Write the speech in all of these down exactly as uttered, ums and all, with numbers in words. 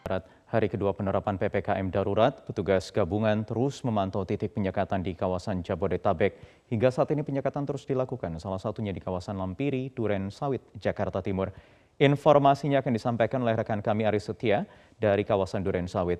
Barat. Hari kedua penerapan P P K M darurat, petugas gabungan terus memantau titik penyekatan di kawasan Jabodetabek. Hingga saat ini penyekatan terus dilakukan, salah satunya di kawasan Lampiri, Duren Sawit, Jakarta Timur. Informasinya akan disampaikan oleh rekan kami Aris Setia dari kawasan Duren Sawit.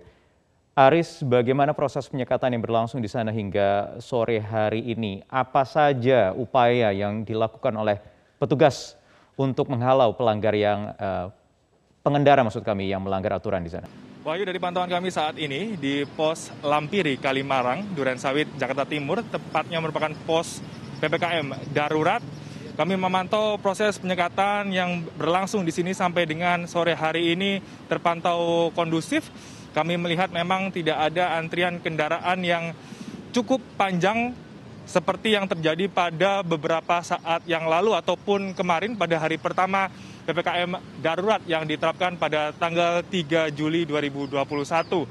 Aris, bagaimana proses penyekatan yang berlangsung di sana hingga sore hari ini? Apa saja upaya yang dilakukan oleh petugas untuk menghalau pelanggar yang uh, pengendara maksud kami yang melanggar aturan di sana? Wahyu, dari pantauan kami saat ini di pos Lampiri, Kalimarang, Duren Sawit, Jakarta Timur, tepatnya merupakan pos P P K M darurat. Kami memantau proses penyekatan yang berlangsung di sini sampai dengan sore hari ini terpantau kondusif. Kami melihat memang tidak ada antrian kendaraan yang cukup panjang seperti yang terjadi pada beberapa saat yang lalu ataupun kemarin pada hari pertama P P K M darurat yang diterapkan pada tanggal tiga Juli dua ribu dua puluh satu.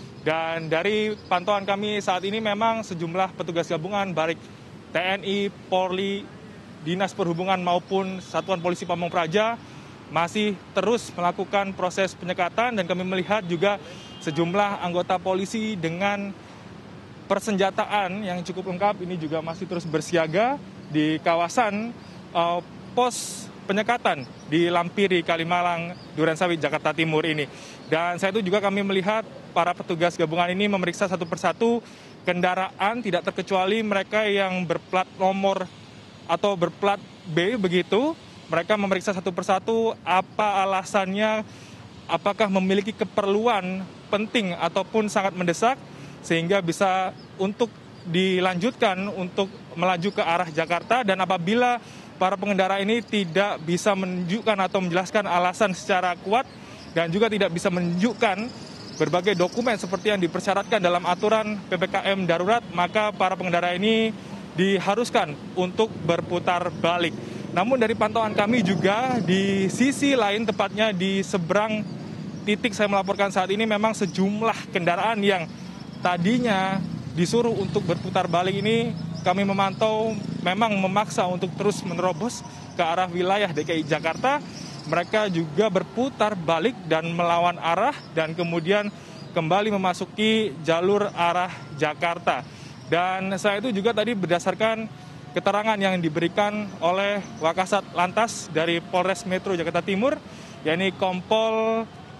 Dan dari pantauan kami saat ini memang sejumlah petugas gabungan baik T N I, Polri, Dinas Perhubungan maupun Satuan Polisi Pamung Praja masih terus melakukan proses penyekatan, dan kami melihat juga sejumlah anggota polisi dengan persenjataan yang cukup lengkap ini juga masih terus bersiaga di kawasan uh, pos penyekatan di Lampiri, Kalimalang, Duren Sawit, Jakarta Timur ini. Dan saya itu juga kami melihat para petugas gabungan ini memeriksa satu persatu kendaraan, tidak terkecuali mereka yang berplat nomor atau berplat B begitu. Mereka memeriksa satu persatu apa alasannya, apakah memiliki keperluan penting ataupun sangat mendesak sehingga bisa untuk dilanjutkan untuk melaju ke arah Jakarta. Dan apabila para pengendara ini tidak bisa menunjukkan atau menjelaskan alasan secara kuat dan juga tidak bisa menunjukkan berbagai dokumen seperti yang dipersyaratkan dalam aturan P P K M darurat, maka para pengendara ini diharuskan untuk berputar balik. Namun dari pantauan kami juga di sisi lain, tepatnya di seberang titik saya melaporkan saat ini, memang sejumlah kendaraan yang tadinya disuruh untuk berputar balik ini kami memantau memang memaksa untuk terus menerobos ke arah wilayah D K I Jakarta. Mereka juga berputar balik dan melawan arah dan kemudian kembali memasuki jalur arah Jakarta. Dan saya itu juga tadi berdasarkan keterangan yang diberikan oleh Wakasat Lantas dari Polres Metro Jakarta Timur, yakni Kompol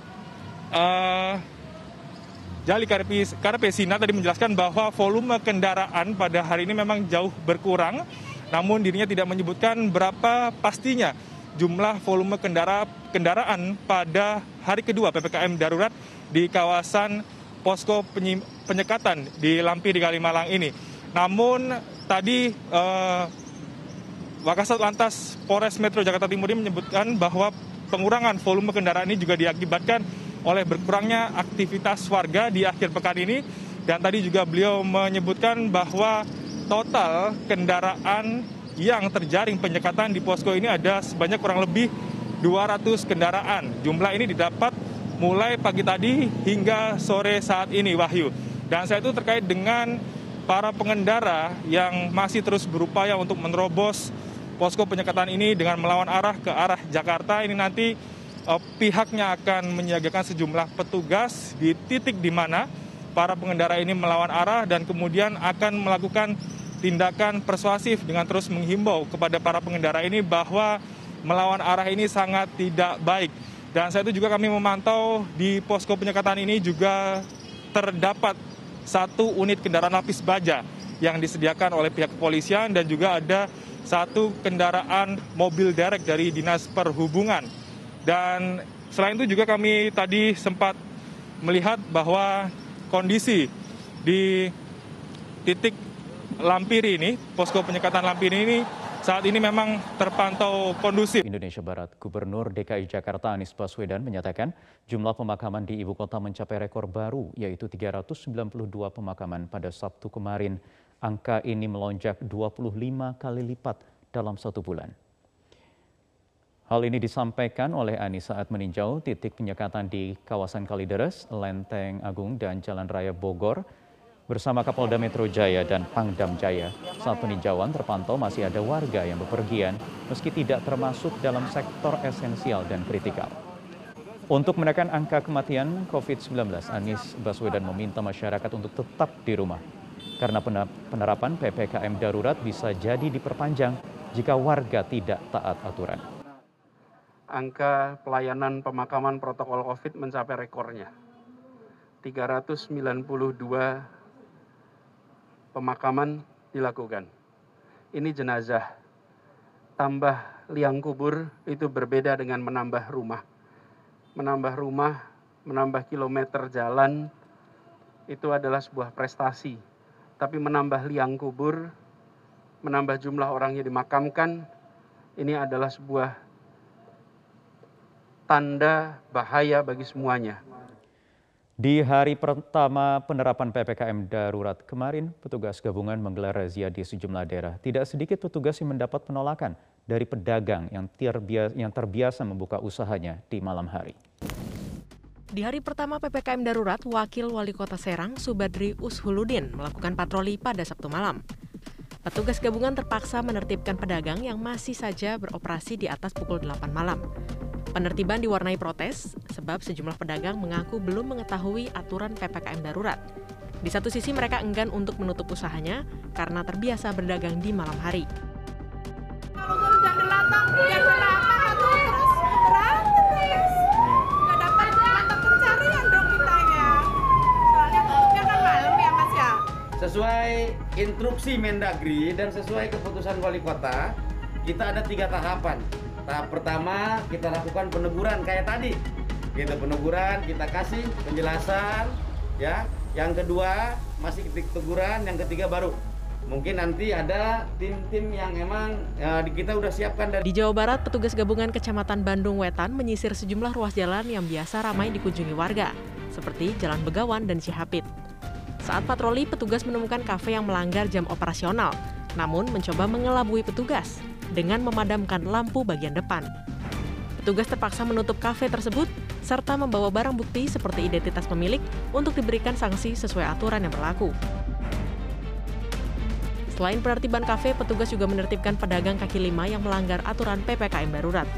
uh, Jali Karpesina tadi menjelaskan bahwa volume kendaraan pada hari ini memang jauh berkurang, namun dirinya tidak menyebutkan berapa pastinya jumlah volume kendara, kendaraan pada hari kedua P P K M darurat di kawasan posko penyekatan di Lampiri, Kalimalang ini. Namun tadi eh, Wakasat Lantas Polres Metro Jakarta Timur ini menyebutkan bahwa pengurangan volume kendaraan ini juga diakibatkan oleh berkurangnya aktivitas warga di akhir pekan ini. Dan tadi juga beliau menyebutkan bahwa total kendaraan yang terjaring penyekatan di posko ini ada sebanyak kurang lebih dua ratus kendaraan. Jumlah ini didapat mulai pagi tadi hingga sore saat ini, Wahyu. Dan saya itu terkait dengan para pengendara yang masih terus berupaya untuk menerobos posko penyekatan ini dengan melawan arah ke arah Jakarta. Ini nanti eh, pihaknya akan menyiagakan sejumlah petugas di titik di mana para pengendara ini melawan arah dan kemudian akan melakukan tindakan persuasif dengan terus menghimbau kepada para pengendara ini bahwa melawan arah ini sangat tidak baik. Dan saya itu juga kami memantau di posko penyekatan ini juga terdapat satu unit kendaraan lapis baja yang disediakan oleh pihak kepolisian dan juga ada satu kendaraan mobil derek dari Dinas Perhubungan. Dan selain itu juga kami tadi sempat melihat bahwa kondisi di titik Lampiri ini, posko penyekatan Lampiri ini saat ini memang terpantau kondusif. Indonesia Barat, Gubernur D K I Jakarta Anies Baswedan menyatakan jumlah pemakaman di ibu kota mencapai rekor baru, yaitu tiga ratus sembilan puluh dua pemakaman pada Sabtu kemarin. Angka ini melonjak dua puluh lima kali lipat dalam satu bulan. Hal ini disampaikan oleh Anies saat meninjau titik penyekatan di kawasan Kalideres, Lenteng Agung, dan Jalan Raya Bogor bersama Kapolda Metro Jaya dan Pangdam Jaya. Saat peninjauan terpantau masih ada warga yang bepergian meski tidak termasuk dalam sektor esensial dan kritikal. Untuk menekan angka kematian covid sembilan belas, Anies Baswedan meminta masyarakat untuk tetap di rumah. Karena penerapan P P K M darurat bisa jadi diperpanjang jika warga tidak taat aturan. Angka pelayanan pemakaman protokol COVID mencapai rekornya. tiga ratus sembilan puluh dua pemakaman dilakukan. Ini jenazah. Tambah liang kubur itu berbeda dengan menambah rumah. Menambah rumah, menambah kilometer jalan, itu adalah sebuah prestasi. Tapi menambah liang kubur, menambah jumlah orang yang dimakamkan, ini adalah sebuah tanda bahaya bagi semuanya. Di hari pertama penerapan P P K M darurat kemarin, petugas gabungan menggelar razia di sejumlah daerah. Tidak sedikit petugas yang mendapat penolakan dari pedagang yang terbiasa, yang terbiasa membuka usahanya di malam hari. Di hari pertama P P K M darurat, Wakil Wali Kota Serang, Subadri Ushuludin, melakukan patroli pada Sabtu malam. Petugas gabungan terpaksa menertibkan pedagang yang masih saja beroperasi di atas pukul delapan malam. Penertiban diwarnai protes sebab sejumlah pedagang mengaku belum mengetahui aturan P P K M darurat. Di satu sisi mereka enggan untuk menutup usahanya karena terbiasa berdagang di malam hari. Kalau udah datang jam delapan atau terus berantem terus. Nggak dapat mata pencarian dong kitanya. Soalnya tutupnya kan malam ya Mas ya. Sesuai instruksi Mendagri dan sesuai keputusan Wali Kota, kita ada tiga tahapan. Tahap pertama kita lakukan peneguran kayak tadi, gitu peneguran kita kasih penjelasan, ya. Yang kedua masih teguran, yang ketiga baru. Mungkin nanti ada tim-tim yang emang ya, kita udah siapkan dari. Di Jawa Barat, petugas gabungan Kecamatan Bandung Wetan menyisir sejumlah ruas jalan yang biasa ramai dikunjungi warga, seperti Jalan Begawan dan Cihapit. Saat patroli, petugas menemukan kafe yang melanggar jam operasional, namun mencoba mengelabui petugas dengan memadamkan lampu bagian depan. Petugas terpaksa menutup kafe tersebut serta membawa barang bukti seperti identitas pemilik untuk diberikan sanksi sesuai aturan yang berlaku. Selain penertiban kafe, petugas juga menertibkan pedagang kaki lima yang melanggar aturan P P K M darurat.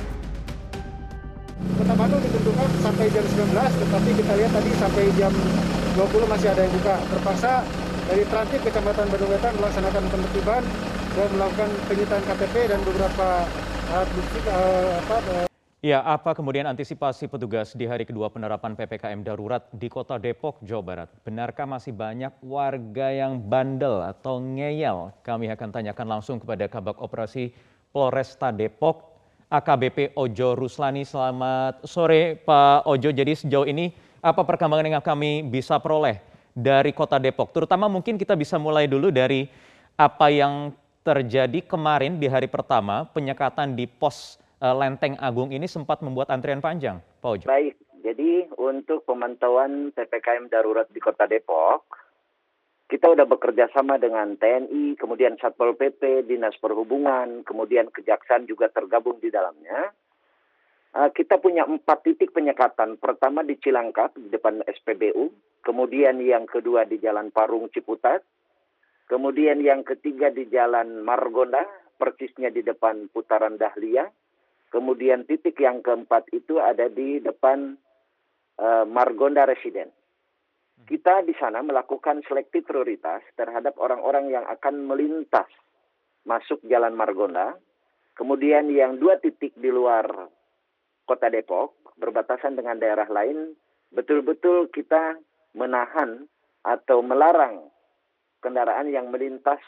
Kota Bandung ditentukan sampai jam sembilan belas, tetapi kita lihat tadi sampai jam dua puluh masih ada yang buka. Terpaksa dari Transtip Kecamatan Bandung Wetan melaksanakan penertiban dan melakukan penyitaan K T P dan beberapa alat bukti. Uh, apa, uh... Ya, apa kemudian antisipasi petugas di hari kedua penerapan P P K M darurat di Kota Depok, Jawa Barat? Benarkah masih banyak warga yang bandel atau ngeyel? Kami akan tanyakan langsung kepada Kabag Operasi Polresta Depok, A K B P Ojo Ruslani. Selamat sore Pak Ojo. Jadi sejauh ini apa perkembangan yang kami bisa peroleh dari Kota Depok? Terutama mungkin kita bisa mulai dulu dari apa yang terjadi kemarin di hari pertama penyekatan di pos uh, Lenteng Agung ini sempat membuat antrian panjang, Pak Ojo. Baik, jadi untuk pemantauan P P K M darurat di Kota Depok, kita sudah bekerja sama dengan T N I, kemudian Satpol P P, Dinas Perhubungan, kemudian Kejaksaan juga tergabung di dalamnya. Uh, kita punya empat titik penyekatan. Pertama di Cilangkap, di depan S P B U. Kemudian yang kedua di Jalan Parung Ciputat. Kemudian yang ketiga di Jalan Margonda, persisnya di depan Putaran Dahlia. Kemudian titik yang keempat itu ada di depan uh, Margonda Residen. Kita di sana melakukan selektif prioritas terhadap orang-orang yang akan melintas masuk Jalan Margonda. Kemudian yang dua titik di luar Kota Depok, berbatasan dengan daerah lain, betul-betul kita menahan atau melarang kendaraan yang melintas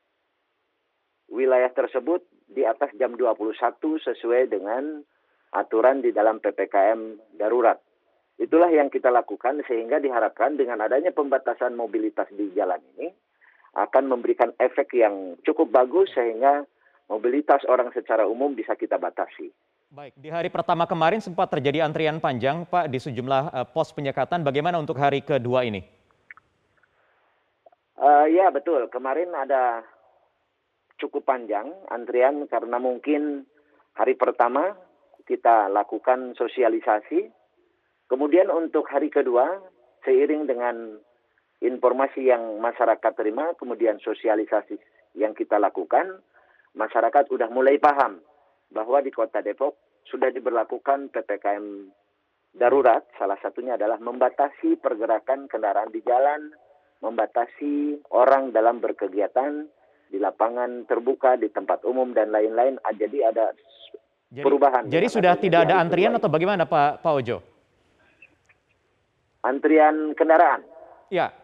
wilayah tersebut di atas jam dua puluh satu sesuai dengan aturan di dalam P P K M darurat. Itulah yang kita lakukan sehingga diharapkan dengan adanya pembatasan mobilitas di jalan ini akan memberikan efek yang cukup bagus sehingga mobilitas orang secara umum bisa kita batasi. Baik, di hari pertama kemarin sempat terjadi antrian panjang, Pak, di sejumlah uh, pos penyekatan. Bagaimana untuk hari kedua ini? Uh, ya betul, kemarin ada cukup panjang antrian karena mungkin hari pertama kita lakukan sosialisasi. Kemudian untuk hari kedua, seiring dengan informasi yang masyarakat terima, kemudian sosialisasi yang kita lakukan, masyarakat sudah mulai paham bahwa di Kota Depok sudah diberlakukan P P K M darurat, salah satunya adalah membatasi pergerakan kendaraan di jalan, membatasi orang dalam berkegiatan di lapangan terbuka, di tempat umum, dan lain-lain. Jadi ada Jadi, perubahan. jadi sudah tidak ada antrian atau bagaimana Pak, Pak Ojo? Antrian kendaraan? Ya.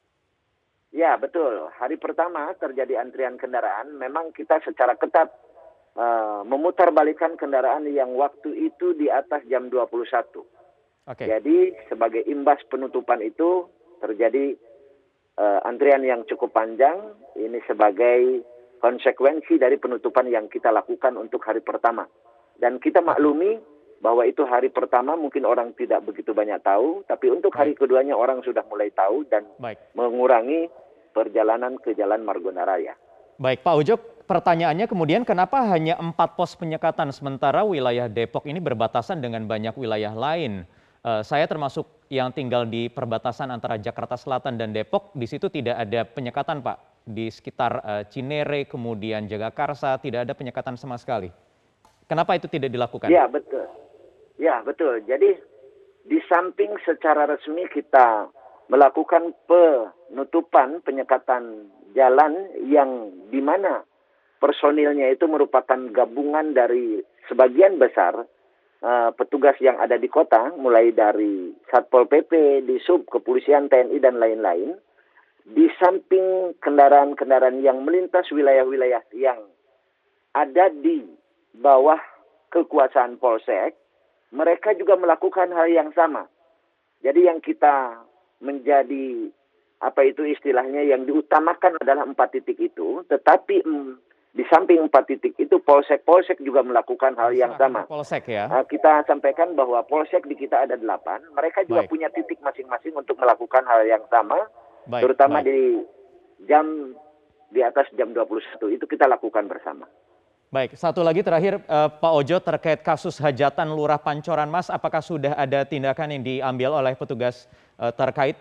Ya, betul. Hari pertama terjadi antrian kendaraan, memang kita secara ketat uh, memutarbalikan kendaraan yang waktu itu di atas jam dua puluh satu. Oke. Jadi sebagai imbas penutupan itu terjadi uh, antrian yang cukup panjang. Ini sebagai konsekuensi dari penutupan yang kita lakukan untuk hari pertama. Dan kita maklumi bahwa itu hari pertama mungkin orang tidak begitu banyak tahu, tapi untuk hari keduanya orang sudah mulai tahu dan Baik. mengurangi perjalanan ke Jalan Margonda Raya. Baik, Pak Ujo, pertanyaannya kemudian kenapa hanya empat pos penyekatan sementara wilayah Depok ini berbatasan dengan banyak wilayah lain? Uh, saya termasuk yang tinggal di perbatasan antara Jakarta Selatan dan Depok, di situ tidak ada penyekatan, Pak. Di sekitar uh, Cinere, kemudian Jagakarsa, tidak ada penyekatan sama sekali. Kenapa itu tidak dilakukan? Ya, betul. Ya, betul. Jadi di samping secara resmi kita melakukan penutupan penyekatan jalan yang di mana personilnya itu merupakan gabungan dari sebagian besar Uh, petugas yang ada di kota, mulai dari Satpol P P, di Sub, Kepolisian, T N I, dan lain-lain. Di samping kendaraan-kendaraan yang melintas wilayah-wilayah yang ada di bawah kekuasaan Polsek, mereka juga melakukan hal yang sama. Jadi yang kita menjadi, apa itu istilahnya, yang diutamakan adalah empat titik itu, tetapi mm, di samping empat titik itu, polsek-polsek juga melakukan hal yang sama. Polsek ya. Uh, kita sampaikan bahwa polsek di kita ada delapan. Mereka juga Baik. punya titik masing-masing untuk melakukan hal yang sama. Baik, terutama baik. di jam di atas jam dua puluh satu itu kita lakukan bersama. Baik, satu lagi terakhir uh, Pak Ojo terkait kasus hajatan Lurah Pancoran Mas, apakah sudah ada tindakan yang diambil oleh petugas uh, terkait?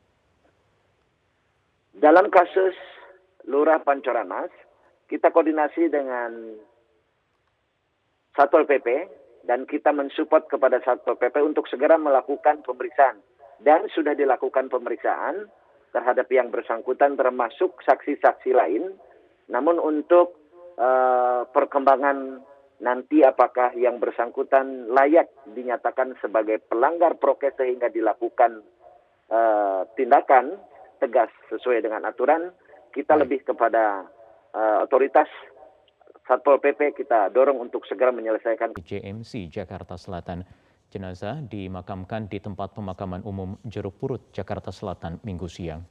Dalam kasus Lurah Pancoran Mas, kita koordinasi dengan Satpol P P dan kita mensupport kepada Satpol P P untuk segera melakukan pemeriksaan. Dan sudah dilakukan pemeriksaan terhadap yang bersangkutan termasuk saksi-saksi lain. Namun untuk uh, perkembangan nanti apakah yang bersangkutan layak dinyatakan sebagai pelanggar prokes sehingga dilakukan uh, tindakan tegas sesuai dengan aturan, kita Baik. lebih kepada Uh, otoritas Satpol P P kita dorong untuk segera menyelesaikan. J M C Jakarta Selatan, jenazah dimakamkan di tempat pemakaman umum Jeruk Purut, Jakarta Selatan, Minggu siang.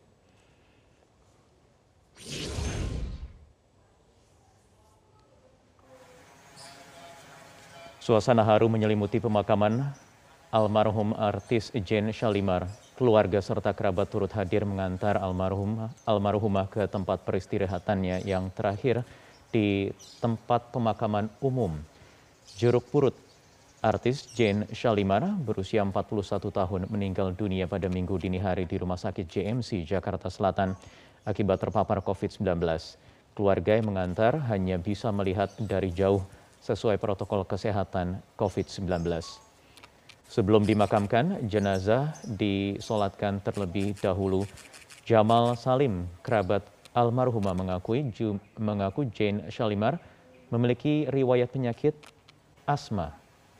Suasana haru menyelimuti pemakaman almarhum artis Jane Shalimar. Keluarga serta kerabat turut hadir mengantar almarhum almarhumah ke tempat peristirahatannya yang terakhir di tempat pemakaman umum Jeruk Purut. Artis Jane Shalimar berusia empat puluh satu tahun meninggal dunia pada Minggu dini hari di Rumah Sakit J M C Jakarta Selatan akibat terpapar covid sembilan belas. Keluarga yang mengantar hanya bisa melihat dari jauh sesuai protokol kesehatan covid sembilan belas. Sebelum dimakamkan, jenazah disolatkan terlebih dahulu. Jamal Salim, kerabat almarhumah mengakui mengaku Jane Shalimar memiliki riwayat penyakit asma.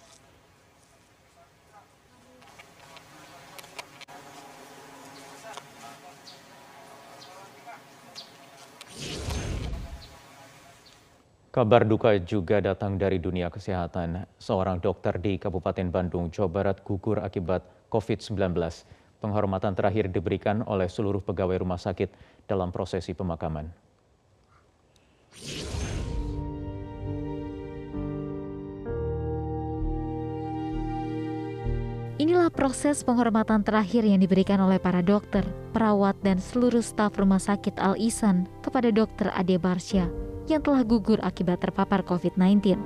Kabar duka juga datang dari dunia kesehatan. Seorang dokter di Kabupaten Bandung, Jawa Barat gugur akibat covid sembilan belas. Penghormatan terakhir diberikan oleh seluruh pegawai rumah sakit dalam prosesi pemakaman. Inilah proses penghormatan terakhir yang diberikan oleh para dokter, perawat, dan seluruh staf Rumah Sakit Al Ihsan kepada Dokter Ade Barsya yang telah gugur akibat terpapar covid sembilan belas.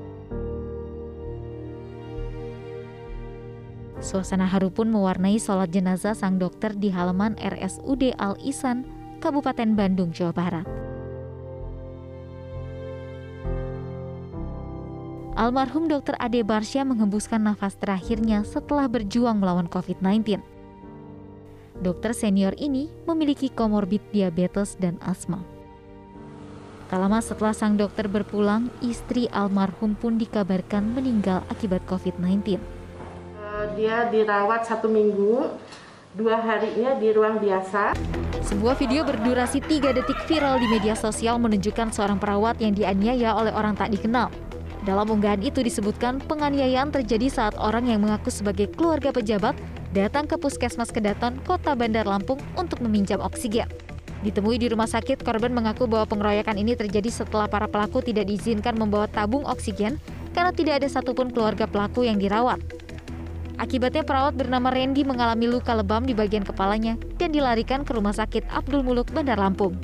Suasana haru pun mewarnai sholat jenazah sang dokter di halaman R S U D Al Ihsan, Kabupaten Bandung, Jawa Barat. almarhum dokter Ade Barsya menghembuskan nafas terakhirnya setelah berjuang melawan covid sembilan belas. Dokter senior ini memiliki komorbid diabetes dan asma. Tak lama setelah sang dokter berpulang, istri almarhum pun dikabarkan meninggal akibat covid sembilan belas. Dia dirawat satu minggu, dua harinya di ruang biasa. Sebuah video berdurasi tiga detik viral di media sosial menunjukkan seorang perawat yang dianiaya oleh orang tak dikenal. Dalam unggahan itu disebutkan penganiayaan terjadi saat orang yang mengaku sebagai keluarga pejabat datang ke Puskesmas Kedaton, Kota Bandar Lampung untuk meminjam oksigen. Ditemui di rumah sakit, korban mengaku bahwa pengeroyokan ini terjadi setelah para pelaku tidak diizinkan membawa tabung oksigen karena tidak ada satupun keluarga pelaku yang dirawat. Akibatnya perawat bernama Randy mengalami luka lebam di bagian kepalanya dan dilarikan ke Rumah Sakit Abdul Muluk Bandar Lampung.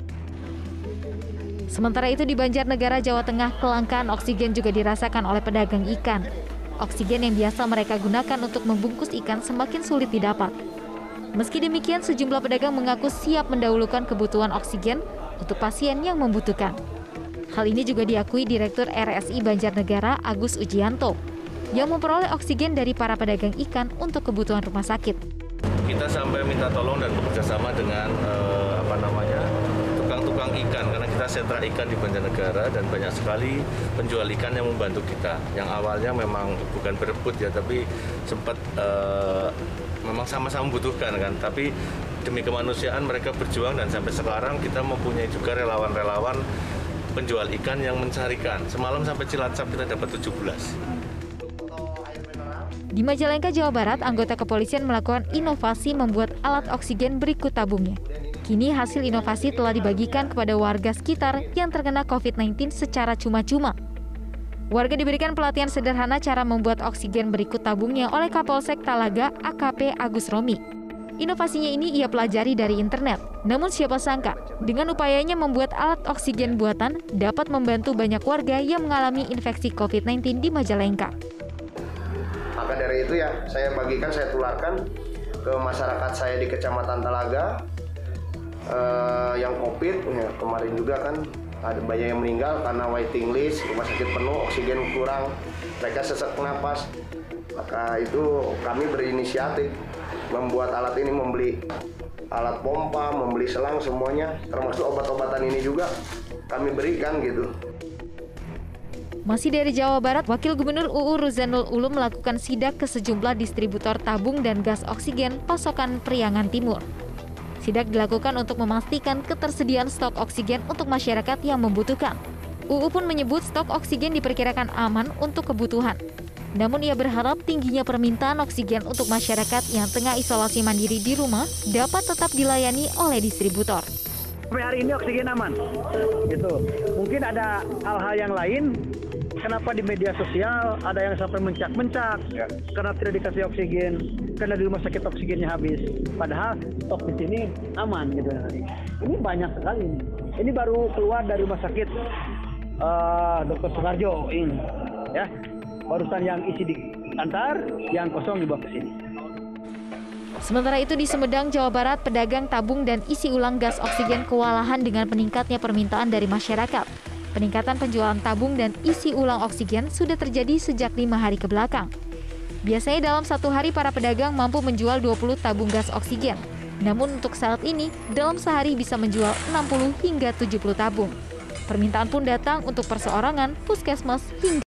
Sementara itu di Banjarnegara, Jawa Tengah, kelangkaan oksigen juga dirasakan oleh pedagang ikan. Oksigen yang biasa mereka gunakan untuk membungkus ikan semakin sulit didapat. Meski demikian, sejumlah pedagang mengaku siap mendahulukan kebutuhan oksigen untuk pasien yang membutuhkan. Hal ini juga diakui Direktur R S I Banjarnegara Agus Ujianto, yang memperoleh oksigen dari para pedagang ikan untuk kebutuhan rumah sakit. Kita sampai minta tolong dan bekerjasama dengan eh, apa namanya tukang-tukang ikan, karena kita sentra ikan di Banjarnegara dan banyak sekali penjual ikan yang membantu kita. Yang awalnya memang bukan berebut ya, tapi sempat eh, memang sama-sama membutuhkan kan. Tapi demi kemanusiaan mereka berjuang dan sampai sekarang kita mempunyai juga relawan-relawan penjual ikan yang mencarikan. Semalam sampai Cilacap kita dapat tujuh belas. Di Majalengka, Jawa Barat, anggota kepolisian melakukan inovasi membuat alat oksigen berikut tabungnya. Kini hasil inovasi telah dibagikan kepada warga sekitar yang terkena covid sembilan belas secara cuma-cuma. Warga diberikan pelatihan sederhana cara membuat oksigen berikut tabungnya oleh Kapolsek Talaga A K P Agus Romi. Inovasinya ini ia pelajari dari internet. Namun siapa sangka, dengan upayanya membuat alat oksigen buatan dapat membantu banyak warga yang mengalami infeksi covid sembilan belas di Majalengka. Maka dari itu ya saya bagikan, saya tularkan ke masyarakat saya di Kecamatan Talaga eh, yang COVID. Ya, kemarin juga kan ada banyak yang meninggal karena waiting list, rumah sakit penuh, oksigen kurang, mereka sesak napas. Maka itu kami berinisiatif membuat alat ini, membeli alat pompa, membeli selang semuanya, termasuk obat-obatan ini juga kami berikan gitu. Masih dari Jawa Barat, Wakil Gubernur U U Ruzanul Ulum melakukan sidak ke sejumlah distributor tabung dan gas oksigen pasokan Priangan Timur. Sidak dilakukan untuk memastikan ketersediaan stok oksigen untuk masyarakat yang membutuhkan. U U pun menyebut stok oksigen diperkirakan aman untuk kebutuhan. Namun ia berharap tingginya permintaan oksigen untuk masyarakat yang tengah isolasi mandiri di rumah dapat tetap dilayani oleh distributor. Sampai hari ini oksigen aman, gitu. Mungkin ada hal-hal yang lain. Kenapa di media sosial ada yang sampai mencak-mencak ya, karena tidak dikasih oksigen, karena di rumah sakit oksigennya habis. Padahal stok di sini aman, gitu. Ini banyak sekali. Ini baru keluar dari rumah sakit uh, Dokter Soekarjo, ini, ya. Barusan yang isi diantar, yang kosong dibawa ke sini. Sementara itu di Sumedang, Jawa Barat, pedagang tabung dan isi ulang gas oksigen kewalahan dengan meningkatnya permintaan dari masyarakat. Peningkatan penjualan tabung dan isi ulang oksigen sudah terjadi sejak lima hari ke belakang. Biasanya dalam satu hari para pedagang mampu menjual dua puluh tabung gas oksigen. Namun untuk saat ini, dalam sehari bisa menjual enam puluh hingga tujuh puluh tabung. Permintaan pun datang untuk perseorangan, puskesmas, hingga